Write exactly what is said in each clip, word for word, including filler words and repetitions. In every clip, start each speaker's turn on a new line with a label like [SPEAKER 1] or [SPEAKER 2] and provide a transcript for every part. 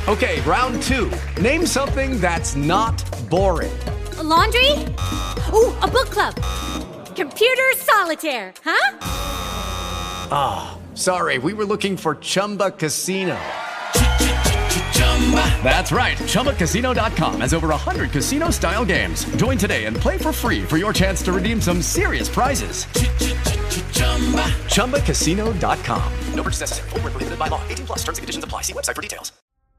[SPEAKER 1] Okay, round two. Name something that's not boring.
[SPEAKER 2] A laundry? Ooh, a book club. Computer solitaire, huh?
[SPEAKER 1] Ah, oh, sorry, we were looking for Chumba Casino. That's right. Chumba Casino dot com has over one hundred casino-style games. Join today and play for free for your chance to redeem some serious prizes. Chumba Casino dot com. No purchase necessary. Void where prohibited by law. eighteen plus. Terms and conditions apply. See website for details.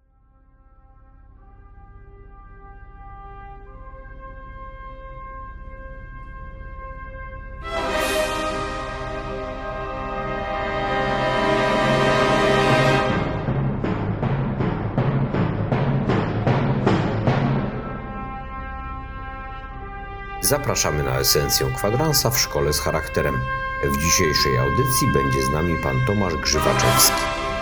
[SPEAKER 3] Zapraszamy na esencję kwadransa w szkole z charakterem. W dzisiejszej audycji będzie z nami pan Tomasz Grzywaczewski.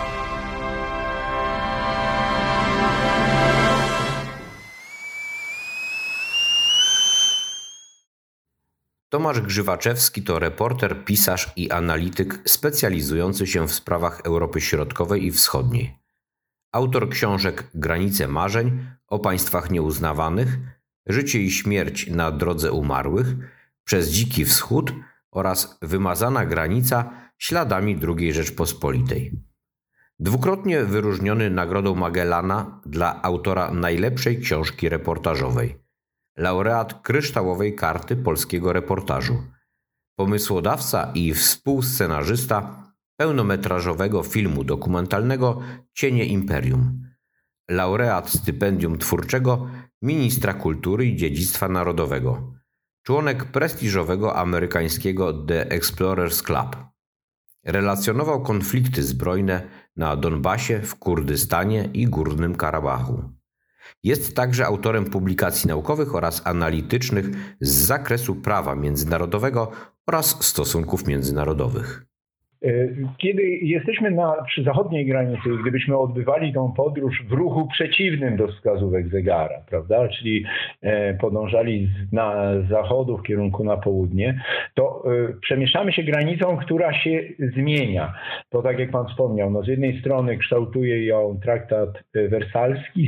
[SPEAKER 3] Tomasz Grzywaczewski to reporter, pisarz i analityk specjalizujący się w sprawach Europy Środkowej i Wschodniej. Autor książek Granice marzeń, O państwach nieuznawanych, Życie i śmierć na drodze umarłych, Przez dziki wschód oraz Wymazana granica śladami drugiej Rzeczpospolitej. Dwukrotnie wyróżniony Nagrodą Magellana dla autora najlepszej książki reportażowej. Laureat Kryształowej Karty Polskiego Reportażu. Pomysłodawca i współscenarzysta pełnometrażowego filmu dokumentalnego Cienie Imperium. Laureat stypendium twórczego Ministra Kultury i Dziedzictwa Narodowego. Członek prestiżowego amerykańskiego The Explorers Club. Relacjonował konflikty zbrojne na Donbasie, w Kurdystanie i Górnym Karabachu. Jest także autorem publikacji naukowych oraz analitycznych z zakresu prawa międzynarodowego oraz stosunków międzynarodowych.
[SPEAKER 4] Kiedy jesteśmy na, przy zachodniej granicy, gdybyśmy odbywali tą podróż w ruchu przeciwnym do wskazówek zegara, prawda, czyli podążali na zachodu w kierunku na południe, to przemieszczamy się granicą, która się zmienia. To tak jak pan wspomniał, no z jednej strony kształtuje ją traktat wersalski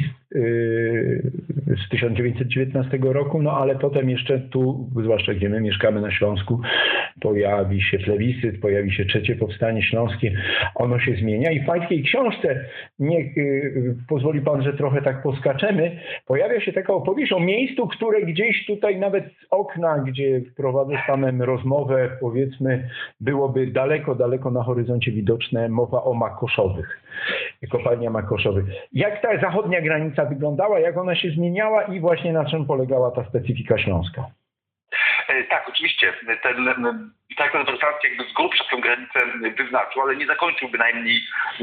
[SPEAKER 4] z tysiąc dziewięćset dziewiętnastego roku, no ale potem jeszcze tu, zwłaszcza gdzie my mieszkamy na Śląsku, pojawi się plebiscyt, pojawi się trzecie powstanie śląskie, ono się zmienia i w pańskiej książce, niech yy, pozwoli pan, że trochę tak poskaczemy, pojawia się taka opowieść o miejscu, które gdzieś tutaj nawet z okna, gdzie wprowadzę z panem rozmowę, powiedzmy, byłoby daleko, daleko na horyzoncie widoczne, mowa o Makoszowych, kopalnia Makoszowych. Jak ta zachodnia granica wyglądała, jak ona się zmieniała i właśnie na czym polegała ta specyfika śląska?
[SPEAKER 5] Tak, oczywiście. Ten traktat wersalski jakby z grubsza tę granicę wyznaczył, ale nie zakończył bynajmniej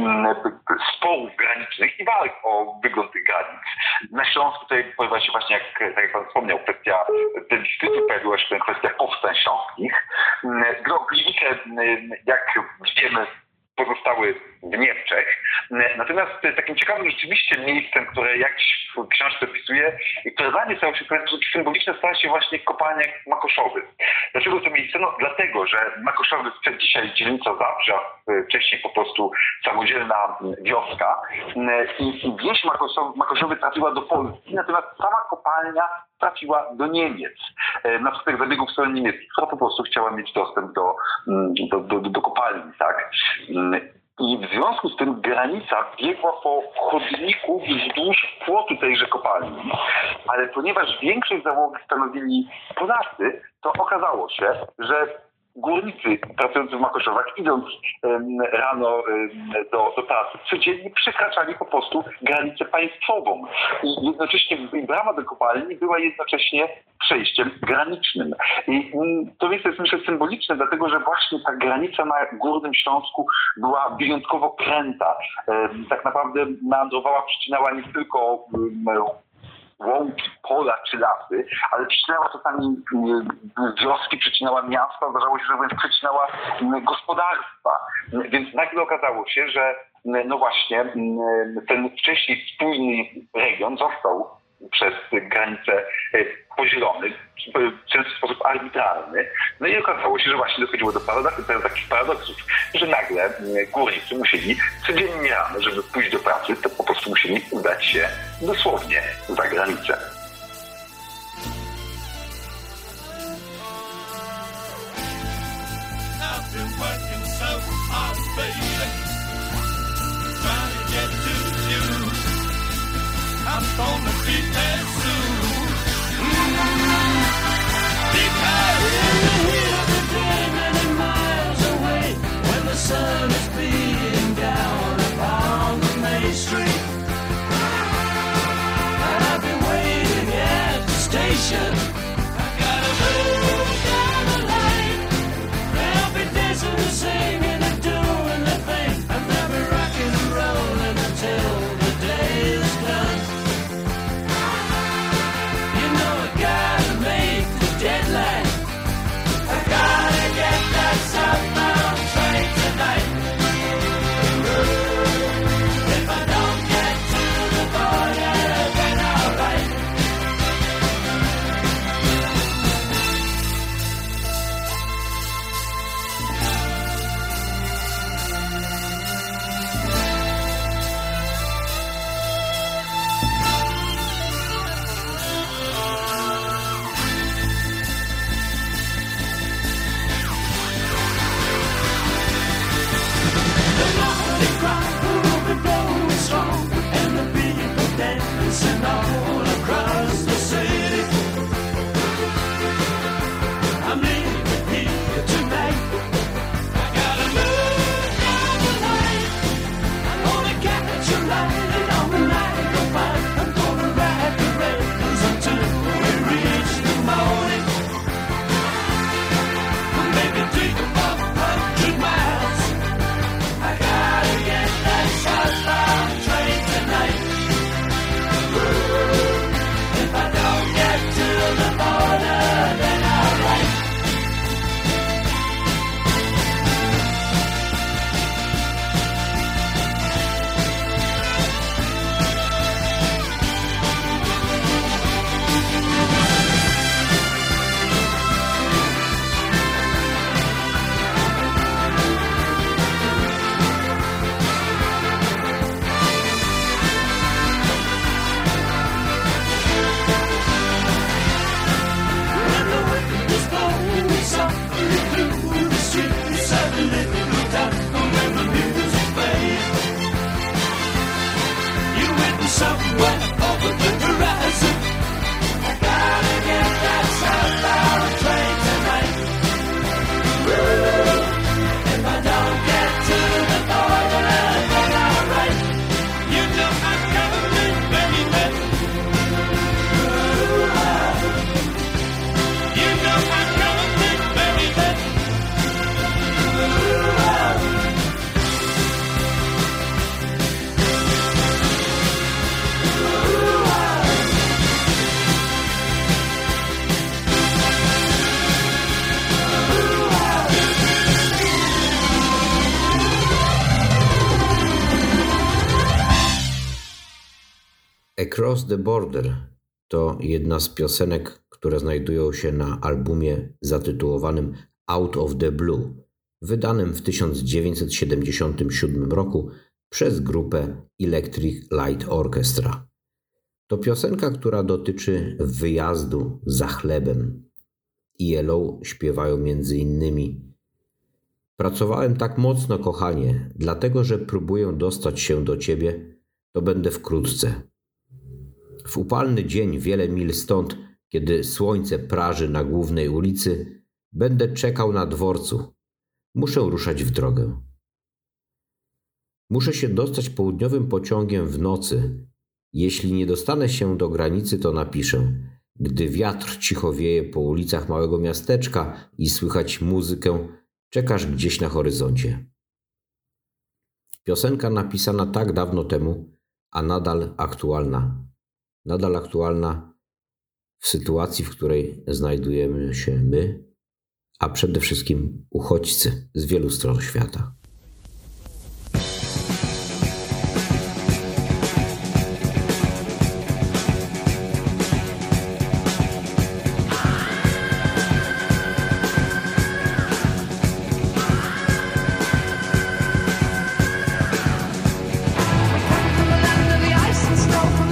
[SPEAKER 5] sporów granicznych i walk o wygląd tych granic. Na Śląsku tutaj pojawia się właśnie, jak, tak jak pan wspomniał, kwestia plebiscytu, pojawiła się kwestia powstań śląskich. Gliwice, jak wiemy, pozostały w Niemczech. Natomiast takim ciekawym rzeczywiście miejscem, które jakiś w książce opisuje i które dla mnie stało się w pewien sposób symboliczne, stała się właśnie kopalnia Makoszowy. Dlaczego to miejsce? No dlatego, że Makoszowy to dzisiaj dzielnica Zabrza, wcześniej po prostu samodzielna wioska i wieś Makoszowy trafiła do Polski, natomiast sama kopalnia trafiła do Niemiec, na skutek zabiegów strony niemieckiej, która po prostu chciała mieć dostęp do, do, do, do kopalni, tak? I w związku z tym granica biegła po chodniku wzdłuż płotu tejże kopalni, ale ponieważ większość załogi stanowili Polacy, to okazało się, że górnicy pracujący w Makoszowach, idąc um, rano um, do, do pracy, codziennie przekraczali po prostu granicę państwową. I jednocześnie brama do kopalni była jednocześnie przejściem granicznym. I um, to jest, myślę, symboliczne, dlatego że właśnie ta granica na Górnym Śląsku była wyjątkowo kręta. Um, tak naprawdę meandrowała, przecinała nie tylko um, łąki, pola czy lasy, ale przecinała czasami wioski, przecinała miasta, zdarzało się, że wręcz przecinała gospodarstwa. Więc nagle okazało się, że no właśnie ten wcześniej spójny region został przez granicę podzielony w często sposób arbitralny. No i okazało się, że właśnie dochodziło do paradoksu, takich paradoksów, że nagle górnicy musieli codziennie rano, żeby pójść do pracy, to po prostu musieli udać się dosłownie za granicę.
[SPEAKER 6] I'm gonna be there soon. Because in the heat of the day, many miles away, when the sun is beating down upon the main street, and I've been waiting at the station. I gotta move down the lane. They'll be dancing and singing and doing their thing, and they'll be rocking and rolling until the day is done. You know I gotta make the deadline. I gotta get that southbound train tonight. If I don't get to the border, then alright. The crowd will be blowing strong, and the people dancing all across the city. I'm leaving here tonight. I gotta move down the line. I'm gonna catch a ride on the nine oh five. I'm gonna ride the rails until we reach the morning. Maybe three or four hundred miles. I gotta get that southbound train tonight. If I don't get to the border, then alright. When the wind is blowing softly through the streets of a little town, when the music plays, you're waiting somewhere over the horizon. I gotta get that southbound train tonight. If I don't get to the border, then alright. You know I'm coming, baby. You know I'm coming, baby.
[SPEAKER 3] Across the Border to jedna z piosenek, które znajdują się na albumie zatytułowanym Out of the Blue, wydanym w tysiąc dziewięćset siedemdziesiątym siódmym roku przez grupę Electric Light Orchestra. To piosenka, która dotyczy wyjazdu za chlebem. E L O śpiewają między innymi: pracowałem tak mocno, kochanie, dlatego że próbuję dostać się do ciebie, to będę wkrótce. W upalny dzień wiele mil stąd, kiedy słońce praży na głównej ulicy, będę czekał na dworcu. Muszę ruszać w drogę. Muszę się dostać południowym pociągiem w nocy. Jeśli nie dostanę się do granicy, to napiszę. Gdy wiatr cicho wieje po ulicach małego miasteczka i słychać muzykę, czekasz gdzieś na horyzoncie. Piosenka napisana tak dawno temu, a nadal aktualna. Nadal aktualna w sytuacji, w której znajdujemy się my, a przede wszystkim uchodźcy z wielu stron świata.
[SPEAKER 6] From the land of the ice and snow, from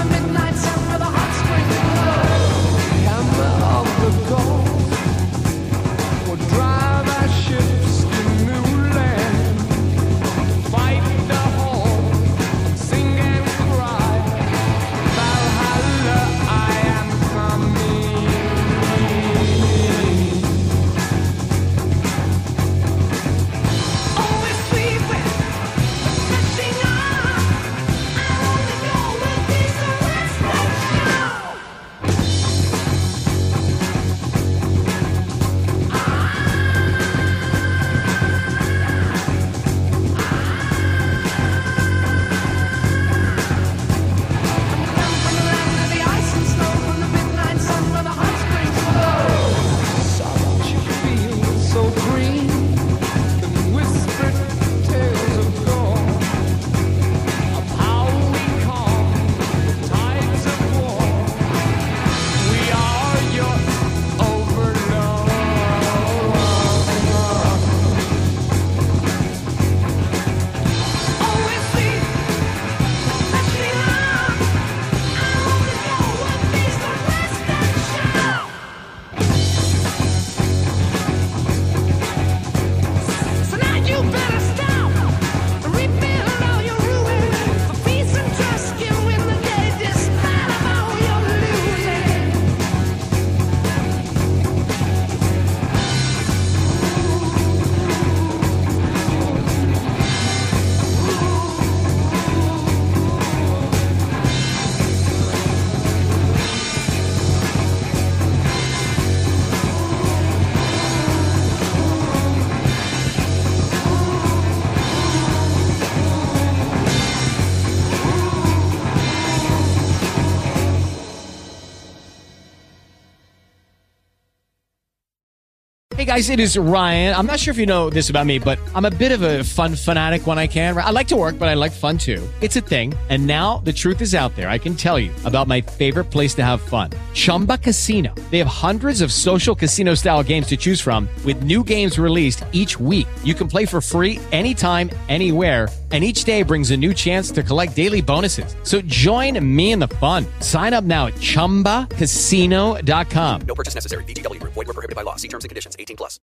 [SPEAKER 7] guys, it is Ryan. I'm not sure if you know this about me, but I'm a bit of a fun fanatic when I can. I like to work, but I like fun too. It's a thing. And now the truth is out there. I can tell you about my favorite place to have fun. Chumba Casino. They have hundreds of social casino style games to choose from with new games released each week. You can play for free anytime, anywhere. And each day brings a new chance to collect daily bonuses. So join me in the fun. Sign up now at chumba casino dot com.
[SPEAKER 8] No purchase necessary. V G W Group. Void where prohibited by law. See terms and conditions. eighteen plus.